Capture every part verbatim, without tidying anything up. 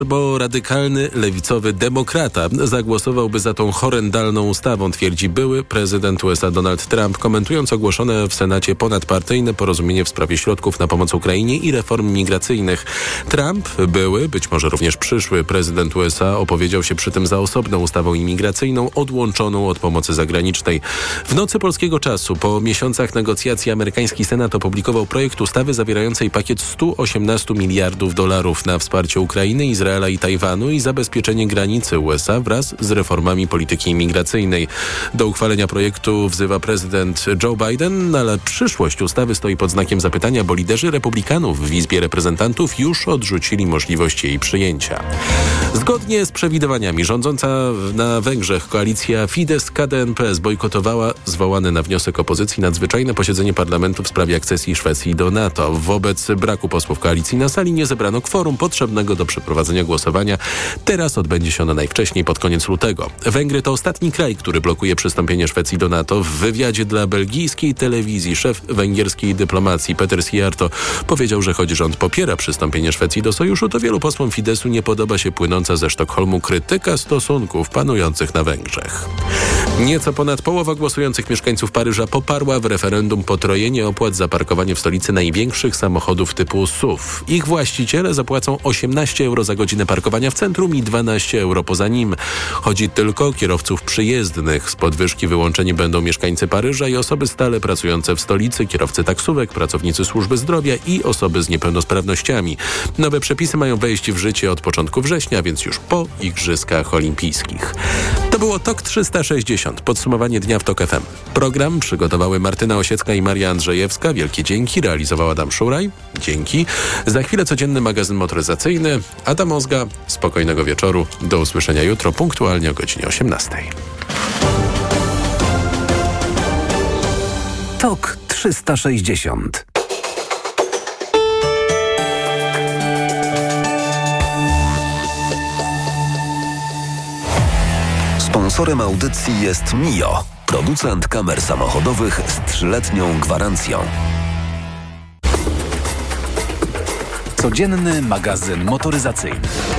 Bo radykalny, lewicowy demokrata zagłosowałby za tą horrendalną ustawą, twierdzi były prezydent U S A Donald Trump, komentując ogłoszone w Senacie ponadpartyjne porozumienie w sprawie środków na pomoc Ukrainie i reform migracyjnych. Trump, były, być może również przyszły prezydent U S A, opowiedział się przy tym za osobną ustawą imigracyjną odłączoną od pomocy zagranicznej. W nocy polskiego czasu, po miesiącach negocjacji, amerykański Senat opublikował projekt ustawy zawierającej pakiet stu osiemnastu miliardów dolarów na wsparcie Ukrainy, Izraela i Tajwanu i zabezpieczenie granicy U S A wraz z reformami polityki imigracyjnej. Do uchwalenia projektu wzywa prezydent Joe Biden, ale przyszłość ustawy stoi pod znakiem zapytania, bo liderzy republikanów w Izbie Reprezentantów już odrzucili możliwość jej przyjęcia. Zgodnie z przewidywaniami rządząca na Węgrzech koalicja Fidesz-K D N P zbojkotowała zwołane na wniosek opozycji nadzwyczajne posiedzenie parlamentu w sprawie akcesji Szwecji do NATO. Wobec braku posłów koalicji na sali nie zebrano kworum potrzebnego do przeprowadzenia głosowania. Teraz odbędzie się ono najwcześniej pod koniec lutego. Węgry to ostatni kraj, który blokuje przystąpienie Szwecji do NATO. W wywiadzie dla belgijskiej telewizji szef węgierskiej dyplomacji Peter Szijjártó powiedział, że choć rząd popiera przystąpienie Szwecji do sojuszu, to wielu posłom Fideszu nie podoba się płynąca ze Sztokholmu krytyka stosunków panujących na Węgrzech. Nieco ponad połowa głosujących mieszkańców Paryża poparła w referendum potrojenie opłat za parkowanie w stolicy największych samochodów typu S U V. Ich właściciele zapłacą osiemnaście euro za godzinę parkowania w centrum i dwanaście euro poza nim. Chodzi tylko o kierowców przyjezdnych. Z podwyżki wyłączeni będą mieszkańcy Paryża i osoby stale pracujące w stolicy, kierowcy taksówek, pracownicy służby zdrowia i osoby z niepełnosprawnościami. Nowe przepisy mają wejść w życie od początku września, więc już po Igrzyskach Olimpijskich. To było TOK trzysta sześćdziesiąt. Podsumowanie dnia w TOK F M. Program przygotowały Martyna Osiecka i Maria Andrzejewska. Wielkie dzięki. Realizował Adam Szuraj. Dzięki. Za chwilę codzienny magazyn motoryzacyjny. Adam Ozga. Spokojnego wieczoru. Do usłyszenia jutro punktualnie o godzinie osiemnastej. TOK trzysta sześćdziesiąt. Sponsorem audycji jest Mio, producent kamer samochodowych z trzyletnią gwarancją. Codzienny magazyn motoryzacyjny.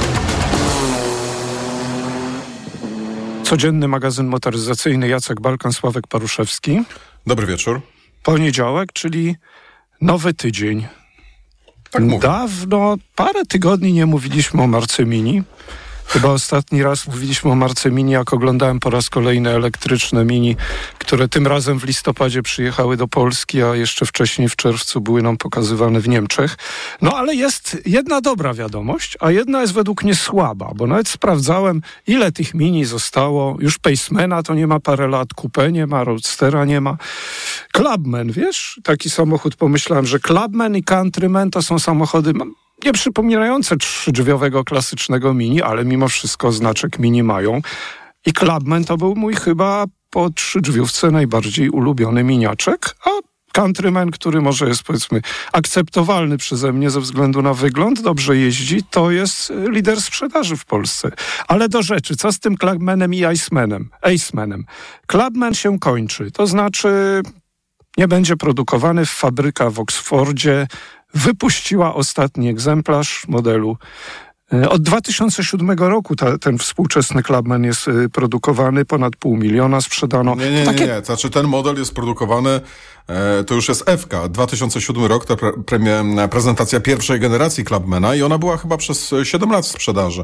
Codzienny magazyn motoryzacyjny. Jacek Balkan, Sławek Paruszewski. Dobry wieczór. Poniedziałek, czyli nowy tydzień. Tak mówię. Dawno, parę tygodni nie mówiliśmy o marce Mini. Chyba ostatni raz mówiliśmy o marce Mini, jak oglądałem po raz kolejny elektryczne Mini, które tym razem w listopadzie przyjechały do Polski, a jeszcze wcześniej w czerwcu były nam pokazywane w Niemczech. No ale jest jedna dobra wiadomość, a jedna jest według mnie słaba, bo nawet sprawdzałem, ile tych Mini zostało. Już Pacemana to nie ma parę lat, Coupe nie ma, Roadstera nie ma. Clubman, wiesz? Taki samochód, pomyślałem, że Clubman i Countryman to są samochody nie przypominające trzydrzwiowego klasycznego Mini, ale mimo wszystko znaczek Mini mają. I Clubman to był mój chyba po trzydrzwiówce najbardziej ulubiony miniaczek, a Countryman, który może jest powiedzmy akceptowalny przeze mnie ze względu na wygląd, dobrze jeździ, to jest lider sprzedaży w Polsce. Ale do rzeczy, co z tym Clubmanem i Acemanem? Acemanem. Clubman się kończy, to znaczy nie będzie produkowany w fabryka w Oksfordzie, wypuściła ostatni egzemplarz modelu. Od dwa tysiące siódmego roku ta, ten współczesny Clubman jest produkowany, ponad pół miliona sprzedano. Nie, nie, Takie... nie, nie. Znaczy ten model jest produkowany, e, to już jest F-ka. dwa tysiące siódmy rok to pre, pre, prezentacja pierwszej generacji Clubmana i ona była chyba przez siedem lat w sprzedaży.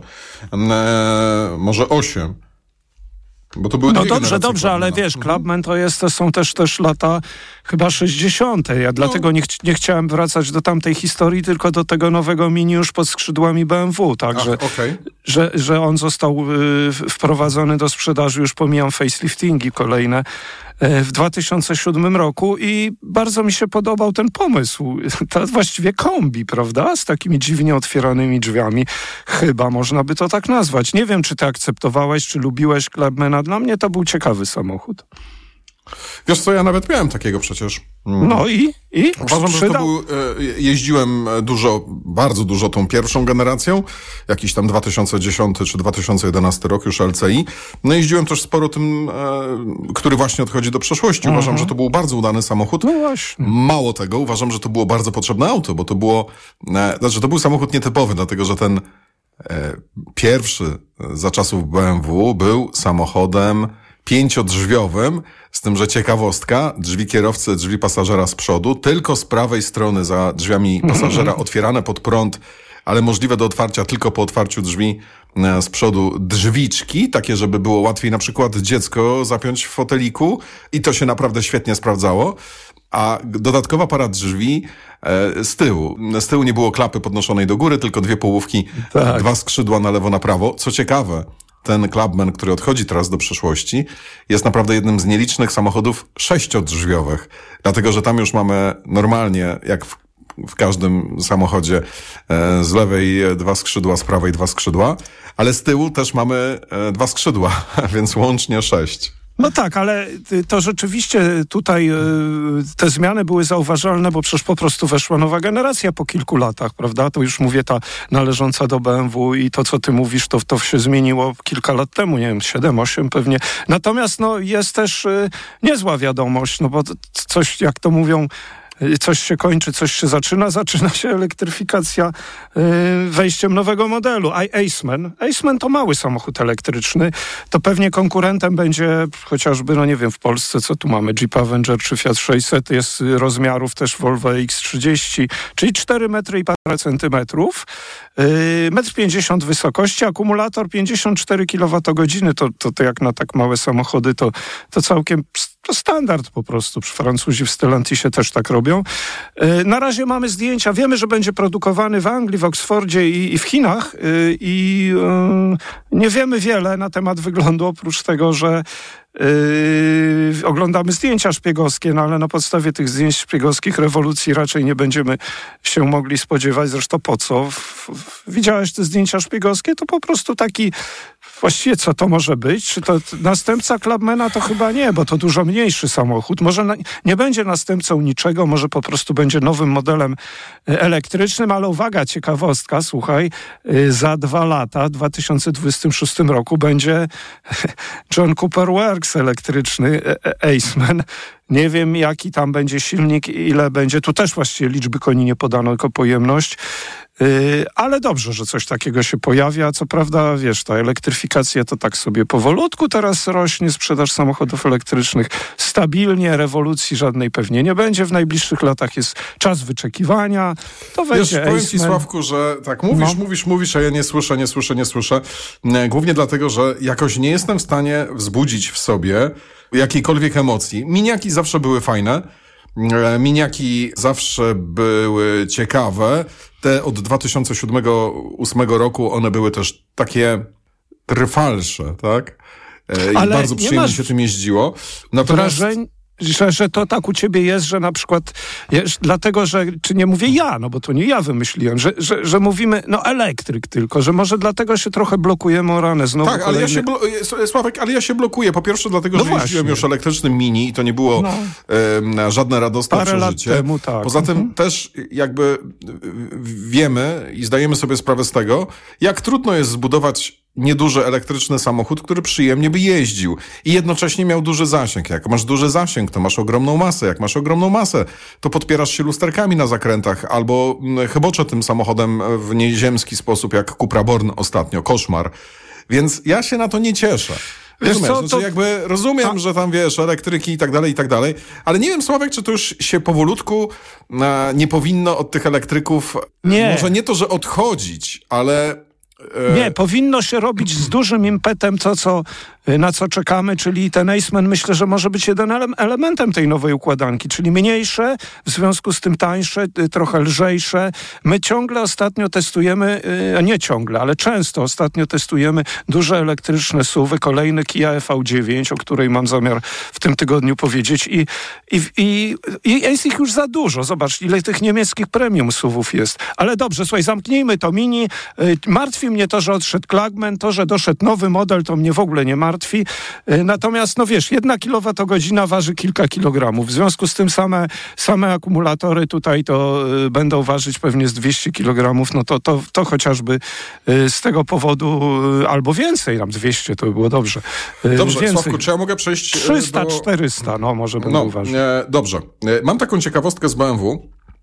E, może osiem. Bo to były no dwie dobrze, dobrze, Clubmana. ale wiesz, Clubman to, jest, to są też, też lata chyba sześćdziesiąte. Ja no. dlatego nie, ch- nie chciałem wracać do tamtej historii, tylko do tego nowego Mini już pod skrzydłami B M W. Także, okay. że, że on został y, wprowadzony do sprzedaży, już pomijam faceliftingi kolejne, y, w dwa tysiące siódmym roku i bardzo mi się podobał ten pomysł. To właściwie kombi, prawda? Z takimi dziwnie otwieranymi drzwiami. Chyba można by to tak nazwać. Nie wiem, czy ty akceptowałeś, czy lubiłeś Clubmana. Dla mnie to był ciekawy samochód. Wiesz co, ja nawet miałem takiego przecież. Mm. No i? i? Uważam, że to był, jeździłem dużo, bardzo dużo tą pierwszą generacją, jakiś tam dwa tysiące dziesiąty czy dwa tysiące jedenasty rok już L C I. No jeździłem też sporo tym, który właśnie odchodzi do przeszłości. Uważam, mhm. że to był bardzo udany samochód. No właśnie. Mało tego, uważam, że to było bardzo potrzebne auto, bo to było, znaczy to był samochód nietypowy, dlatego że ten Pierwszy za czasów B M W był samochodem pięciodrzwiowym, z tym, że ciekawostka, drzwi kierowcy, drzwi pasażera z przodu, tylko z prawej strony za drzwiami pasażera otwierane pod prąd, ale możliwe do otwarcia tylko po otwarciu drzwi z przodu drzwiczki, takie, żeby było łatwiej na przykład dziecko zapiąć w foteliku i to się naprawdę świetnie sprawdzało. A dodatkowa para drzwi e, z tyłu. Z tyłu nie było klapy podnoszonej do góry, tylko dwie połówki, tak. Dwa skrzydła na lewo, na prawo. Co ciekawe, ten Clubman, który odchodzi teraz do przeszłości, jest naprawdę jednym z nielicznych samochodów sześciodrzwiowych. Dlatego, że tam już mamy normalnie, jak w, w każdym samochodzie, e, z lewej dwa skrzydła, z prawej dwa skrzydła, ale z tyłu też mamy e, dwa skrzydła, więc łącznie sześć. No tak, ale to rzeczywiście tutaj te zmiany były zauważalne, bo przecież po prostu weszła nowa generacja po kilku latach, prawda? To już mówię ta należąca do B M W i to, co ty mówisz, to, to się zmieniło kilka lat temu, nie wiem, siedem, osiem pewnie. Natomiast no, jest też niezła wiadomość, no bo coś, jak to mówią, coś się kończy, coś się zaczyna, zaczyna się elektryfikacja yy, wejściem nowego modelu. Aceman. Aceman to mały samochód elektryczny. To pewnie konkurentem będzie chociażby, no nie wiem, w Polsce, co tu mamy, Jeep Avenger czy Fiat sześćset, jest rozmiarów też Volvo X trzydzieści, czyli cztery metry i parę centymetrów. Yy, metr pięćdziesiąt wysokości, akumulator pięćdziesiąt cztery kilowatogodziny. To, to, to jak na tak małe samochody, to, to całkiem to standard po prostu. Francuzi w Stellantisie też tak robią. Na razie mamy zdjęcia. Wiemy, że będzie produkowany w Anglii, w Oksfordzie i, i w Chinach. I yy, nie wiemy wiele na temat wyglądu, oprócz tego, że Yy, oglądamy zdjęcia szpiegowskie, no ale na podstawie tych zdjęć szpiegowskich rewolucji raczej nie będziemy się mogli spodziewać. Zresztą po co? W, w, widziałeś te zdjęcia szpiegowskie? To po prostu taki, właściwie co to może być? Czy to następca Clubmana? To chyba nie, bo to dużo mniejszy samochód. Może na, nie będzie następcą niczego, może po prostu będzie nowym modelem elektrycznym, ale uwaga, ciekawostka, słuchaj, yy, za dwa lata, w dwa tysiące dwudziestym szóstym roku będzie John Cooper Works elektryczny, Aceman. Nie wiem, jaki tam będzie silnik, ile będzie. Tu też właściwie liczby koni nie podano, tylko pojemność. Yy, ale dobrze, że coś takiego się pojawia. Co prawda, wiesz, ta elektryfikacja to tak sobie powolutku teraz rośnie, sprzedaż samochodów elektrycznych stabilnie, rewolucji żadnej pewnie nie będzie. W najbliższych latach jest czas wyczekiwania. To będzie Wiesz, powiem ci, Sławku, że tak mówisz, no. mówisz, mówisz, a ja nie słyszę, nie słyszę, nie słyszę. Głównie dlatego, że jakoś nie jestem w stanie wzbudzić w sobie jakiejkolwiek emocji. Miniaki zawsze były fajne. Miniaki zawsze były ciekawe. Te od dwa tysiące siódmego do dwa tysiące ósmego roku one były też takie trwalsze, tak? I ale bardzo przyjemnie się tym jeździło. Natomiast... Wrażeń... Że, że to tak u ciebie jest, że na przykład, wiesz, dlatego, że, czy nie mówię ja, no bo to nie ja wymyśliłem, że, że, że mówimy, no elektryk tylko, że może dlatego się trochę blokujemy o ranę znowu. Tak, kolejny... ale ja się, blo- Sławek, ale ja się blokuję. Po pierwsze dlatego, no że właśnie. jeździłem już elektrycznym Mini i to nie było no. e, żadne radosne Parę przeżycie. Lat temu, tak. Poza tym mhm. też jakby wiemy i zdajemy sobie sprawę z tego, jak trudno jest zbudować nieduży elektryczny samochód, który przyjemnie by jeździł i jednocześnie miał duży zasięg. Jak masz duży zasięg, to masz ogromną masę. Jak masz ogromną masę, to podpierasz się lusterkami na zakrętach albo chybocze tym samochodem w nieziemski sposób, jak Cupra Born ostatnio. Koszmar. Więc ja się na to nie cieszę. Rozumiesz, co, to... znaczy jakby rozumiem, A... że tam wiesz, elektryki i tak dalej, i tak dalej, ale nie wiem, Sławek, czy to już się powolutku e, nie powinno od tych elektryków, nie. może nie to, że odchodzić, ale... Nie, powinno się robić z dużym impetem to, co, na co czekamy, czyli ten Aceman myślę, że może być jeden ele- elementem tej nowej układanki, czyli mniejsze, w związku z tym tańsze, trochę lżejsze. My ciągle ostatnio testujemy, nie ciągle, ale często ostatnio testujemy duże elektryczne S U V-y, kolejny Kia E V dziewięć, o której mam zamiar w tym tygodniu powiedzieć i, i, i, i jest ich już za dużo. Zobacz, ile tych niemieckich premium S U V-ów jest. Ale dobrze, słuchaj, zamknijmy to Mini. Martwi mnie to, że odszedł Clubman, to, że doszedł nowy model, to mnie w ogóle nie martwi. Natomiast, no wiesz, jedna kilowatogodzina waży kilka kilogramów. W związku z tym same, same akumulatory tutaj to y, będą ważyć pewnie z dwieście kilogramów. No to, to, to chociażby y, z tego powodu y, albo więcej, tam dwieście to by było dobrze. Y, dobrze, więcej. Sławku, czy ja mogę przejść trzysta, do... czterysta, no może bym no, uważał. E, dobrze. E, mam taką ciekawostkę z B M W.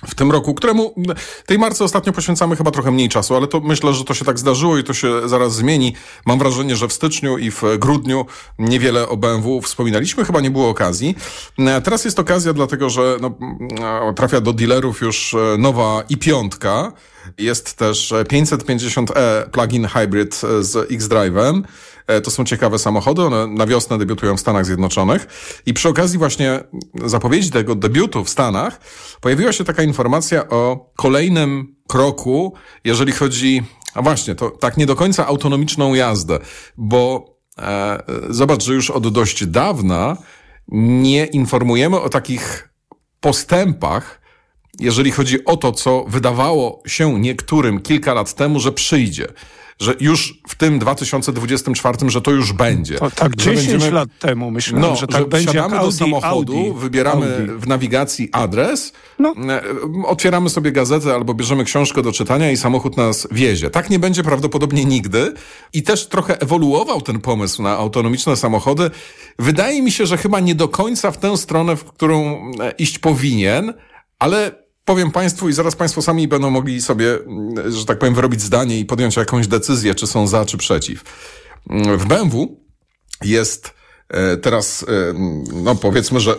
w tym roku, któremu tej marce ostatnio poświęcamy chyba trochę mniej czasu, ale to myślę, że to się tak zdarzyło i to się zaraz zmieni. Mam wrażenie, że w styczniu i w grudniu niewiele o B M W wspominaliśmy, chyba nie było okazji. Teraz jest okazja, dlatego że no, trafia do dealerów już nowa i pięć. Jest też pięćset pięćdziesiąt e plug-in hybrid z X-Drive'em. To są ciekawe samochody, one na wiosnę debiutują w Stanach Zjednoczonych. I przy okazji właśnie zapowiedzi tego debiutu w Stanach pojawiła się taka informacja o kolejnym kroku, jeżeli chodzi, a właśnie, to tak nie do końca autonomiczną jazdę, bo e, zobacz, że już od dość dawna nie informujemy o takich postępach, jeżeli chodzi o to, co wydawało się niektórym kilka lat temu, że przyjdzie. Że już w tym dwa tysiące dwudziestym czwartym, że to już będzie. To tak dziesięć będziemy... lat temu myślałem, no, że tak że będzie. Wsiadamy Audi, do samochodu, Audi, wybieramy Audi. w nawigacji adres, no. otwieramy sobie gazetę albo bierzemy książkę do czytania i samochód nas wiezie. Tak nie będzie prawdopodobnie nigdy. I też trochę ewoluował ten pomysł na autonomiczne samochody. Wydaje mi się, że chyba nie do końca w tę stronę, w którą iść powinien, ale powiem Państwu i zaraz Państwo sami będą mogli sobie, że tak powiem, wyrobić zdanie i podjąć jakąś decyzję, czy są za, czy przeciw. W B M W jest teraz, no powiedzmy, że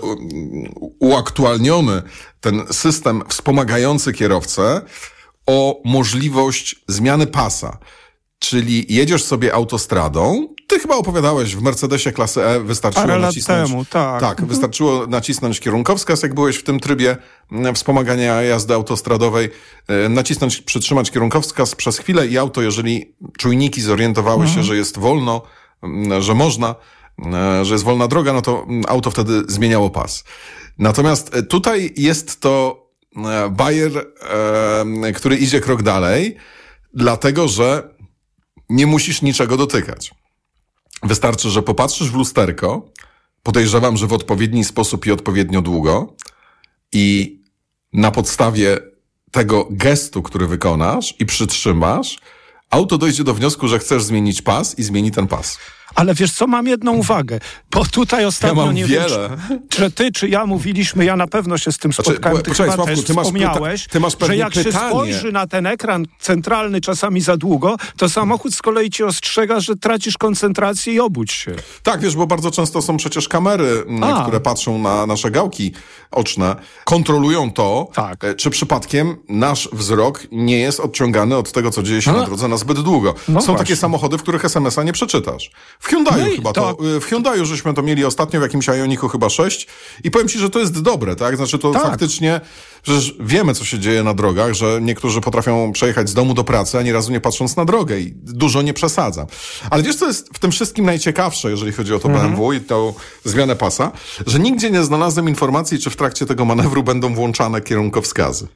uaktualniony ten system wspomagający kierowcę o możliwość zmiany pasa. Czyli jedziesz sobie autostradą, ty chyba opowiadałeś, w Mercedesie klasy E wystarczyło Parę nacisnąć... lat temu, tak. Tak, mhm. wystarczyło nacisnąć kierunkowskaz, jak byłeś w tym trybie wspomagania jazdy autostradowej, nacisnąć, przytrzymać kierunkowskaz przez chwilę i auto, jeżeli czujniki zorientowały mhm. się, że jest wolno, że można, że jest wolna droga, no to auto wtedy zmieniało pas. Natomiast tutaj jest to bajer, który idzie krok dalej, dlatego że nie musisz niczego dotykać. Wystarczy, że popatrzysz w lusterko, podejrzewam, że w odpowiedni sposób i odpowiednio długo i na podstawie tego gestu, który wykonasz i przytrzymasz, auto dojdzie do wniosku, że chcesz zmienić pas i zmieni ten pas. Ale wiesz co, mam jedną uwagę, bo tutaj ostatnio ja mam nie wiele. wiem, czy, czy ty, czy ja mówiliśmy, ja na pewno się z tym spotkałem, znaczy, ty chyba Sławku, też ty masz wspomniałeś, pyta- ty masz że jak pytanie. się spojrzy na ten ekran centralny czasami za długo, to samochód z kolei ci ostrzega, że tracisz koncentrację i obudź się. Tak, wiesz, bo bardzo często są przecież kamery, A. które patrzą na nasze gałki oczne, kontrolują to, tak. czy przypadkiem nasz wzrok nie jest odciągany od tego, co dzieje się no. na drodze na zbyt długo. No są właśnie. takie samochody, w których es em es a nie przeczytasz. W Hyundaiu no chyba to... to, w Hyundaiu żeśmy to mieli ostatnio, w jakimś Ioniqu chyba sześć i powiem ci, że to jest dobre, tak? Znaczy to tak. faktycznie, przecież wiemy, co się dzieje na drogach, że niektórzy potrafią przejechać z domu do pracy, ani razu nie patrząc na drogę i dużo nie przesadzam. Ale wiesz, co jest w tym wszystkim najciekawsze, jeżeli chodzi o to mhm. B M W i tą zmianę pasa, że nigdzie nie znalazłem informacji, czy w trakcie tego manewru będą włączane kierunkowskazy.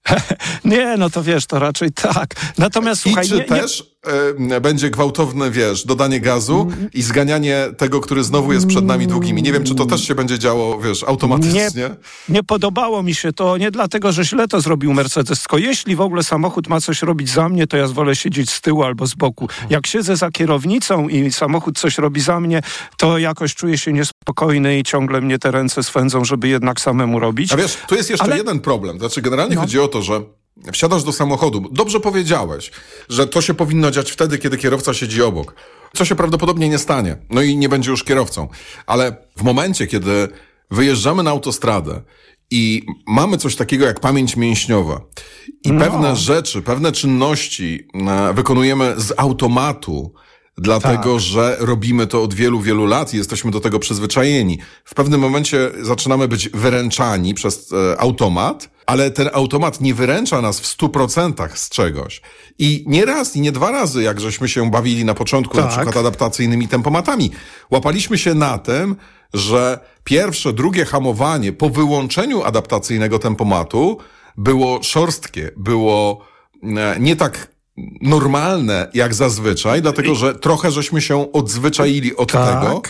Nie, no to wiesz, to raczej tak. Natomiast słuchaj... I czy nie, też nie... y, będzie gwałtowne, wiesz, dodanie gazu mm. i zganianie tego, który znowu jest przed nami długimi. Nie wiem, czy to też się będzie działo, wiesz, automatycznie. Nie, nie podobało mi się to, nie dlatego, że źle to zrobił Mercedes, tylko jeśli w ogóle samochód ma coś robić za mnie, to ja wolę siedzieć z tyłu albo z boku. Jak siedzę za kierownicą i samochód coś robi za mnie, to jakoś czuję się niespokojny i ciągle mnie te ręce swędzą, żeby jednak samemu robić. A wiesz, tu jest jeszcze Ale... jeden problem. Znaczy, generalnie no. chodzi o to, że wsiadasz do samochodu. Dobrze powiedziałeś, że to się powinno dziać wtedy, kiedy kierowca siedzi obok. Co się prawdopodobnie nie stanie. No i nie będzie już kierowcą. Ale w momencie, kiedy wyjeżdżamy na autostradę i mamy coś takiego jak pamięć mięśniowa i no. pewne rzeczy, pewne czynności wykonujemy z automatu, dlatego, tak. że robimy to od wielu, wielu lat i jesteśmy do tego przyzwyczajeni. W pewnym momencie zaczynamy być wyręczani przez e, automat, ale ten automat nie wyręcza nas w stu procentach z czegoś. I nie raz, i nie dwa razy, jak żeśmy się bawili na początku, tak. na przykład adaptacyjnymi tempomatami. Łapaliśmy się na tym, że pierwsze, drugie hamowanie po wyłączeniu adaptacyjnego tempomatu było szorstkie, było e, nie tak normalne jak zazwyczaj, dlatego że trochę żeśmy się odzwyczaili od tak. tego,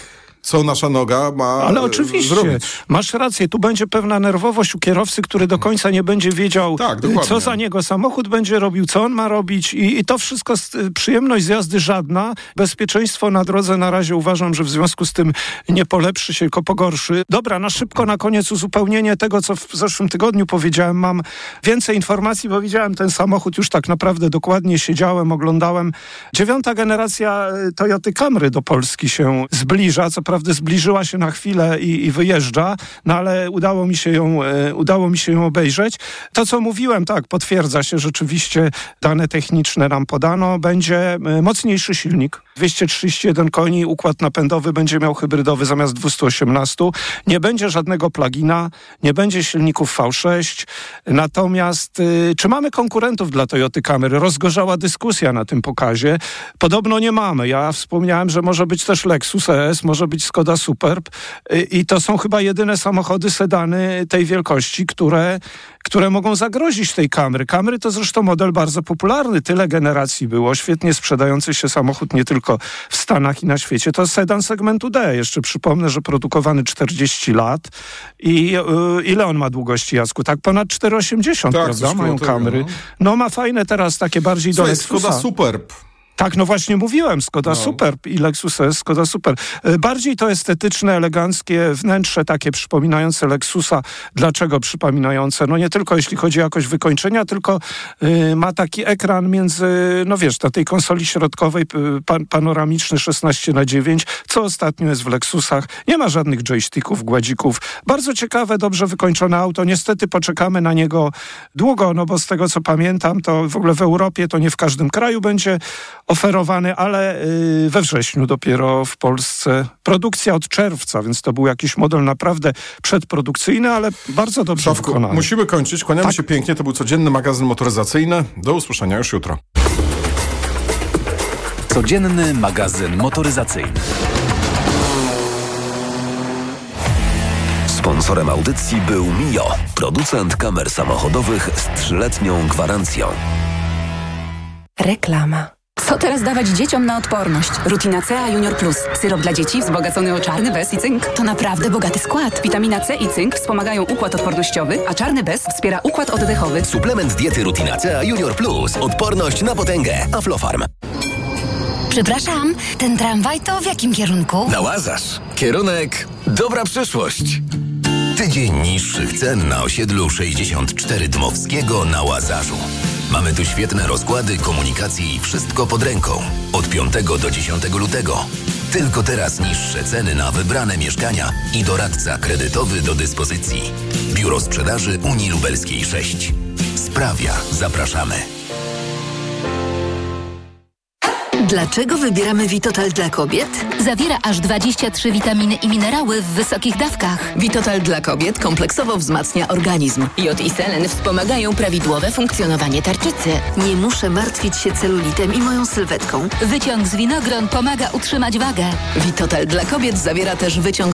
co nasza noga ma Ale oczywiście, zrobić. Masz rację, tu będzie pewna nerwowość u kierowcy, który do końca nie będzie wiedział, tak, co za niego samochód będzie robił, co on ma robić i, i to wszystko, przyjemność z jazdy żadna, bezpieczeństwo na drodze na razie uważam, że w związku z tym nie polepszy się, tylko pogorszy. Dobra, na szybko na koniec uzupełnienie tego, co w zeszłym tygodniu powiedziałem. Mam więcej informacji, bo widziałem ten samochód już tak naprawdę dokładnie, siedziałem, oglądałem. Dziewiąta generacja Toyoty Camry do Polski się zbliża, co prawda zbliżyła się na chwilę i, i wyjeżdża, no ale udało mi się ją, e, udało mi się ją obejrzeć. To, co mówiłem, tak, potwierdza się rzeczywiście, dane techniczne nam podano, będzie e, mocniejszy silnik, dwieście trzydzieści jeden koni, układ napędowy będzie miał hybrydowy zamiast dwieście osiemnaście, nie będzie żadnego plugina, nie będzie silników V sześć, natomiast y, czy mamy konkurentów dla Toyoty Camry? Rozgorzała dyskusja na tym pokazie. Podobno nie mamy. Ja wspomniałem, że może być też Lexus E S, może być Skoda Superb y, i to są chyba jedyne samochody, sedany tej wielkości, które, które mogą zagrozić tej Camry. Camry to zresztą model bardzo popularny. Tyle generacji było. Świetnie sprzedający się samochód nie tylko w Stanach i na świecie. To sedan segmentu D. Jeszcze przypomnę, że produkowany czterdzieści lat i yy, ile on ma długości, Jacku? Tak ponad cztery osiemdziesiąt, tak, prawda? Mają tego, Camry. no. no ma fajne teraz takie bardziej do Lexusa. Skoda Superb. Tak, no właśnie mówiłem, Skoda no. Superb i Lexus S, Skoda Superb. Bardziej to estetyczne, eleganckie wnętrze, takie przypominające Lexusa. Dlaczego przypominające? No nie tylko jeśli chodzi o jakość wykończenia, tylko y, ma taki ekran między, no wiesz, na tej konsoli środkowej pan, panoramiczny szesnaście na dziewięć, co ostatnio jest w Lexusach. Nie ma żadnych joysticków, gładzików. Bardzo ciekawe, dobrze wykończone auto. Niestety poczekamy na niego długo, no bo z tego co pamiętam, to w ogóle w Europie to nie w każdym kraju będzie oferowany, ale yy, we wrześniu dopiero w Polsce. Produkcja od czerwca, więc to był jakiś model naprawdę przedprodukcyjny, ale bardzo dobrze Szafku, wykonany. Musimy kończyć. Kłaniamy tak. się pięknie. To był codzienny magazyn motoryzacyjny. Do usłyszenia już jutro. Codzienny magazyn motoryzacyjny. Sponsorem audycji był Mio, producent kamer samochodowych z trzyletnią gwarancją. Reklama. Co teraz dawać dzieciom na odporność? Rutina C A Junior Plus. Syrop dla dzieci wzbogacony o czarny bez i cynk. To naprawdę bogaty skład. Witamina C i cynk wspomagają układ odpornościowy, a czarny bez wspiera układ oddechowy. Suplement diety Rutina C A Junior Plus. Odporność na potęgę. Aflofarm. Przepraszam, ten tramwaj to w jakim kierunku? Na Łazarz. Kierunek dobra przyszłość. Tydzień niższych cen na osiedlu sześćdziesiąt cztery Dmowskiego na Łazarzu. Mamy tu świetne rozkłady, komunikacji i wszystko pod ręką. Od piątego do dziesiątego lutego. Tylko teraz niższe ceny na wybrane mieszkania i doradca kredytowy do dyspozycji. Biuro Sprzedaży Unii Lubelskiej sześć. Sprawia. Zapraszamy. Dlaczego wybieramy Vitotal dla kobiet? Zawiera aż dwadzieścia trzy witaminy i minerały w wysokich dawkach. Vitotal dla kobiet kompleksowo wzmacnia organizm. Jod i selen wspomagają prawidłowe funkcjonowanie tarczycy. Nie muszę martwić się celulitem i moją sylwetką. Wyciąg z winogron pomaga utrzymać wagę. Vitotal dla kobiet zawiera też wyciąg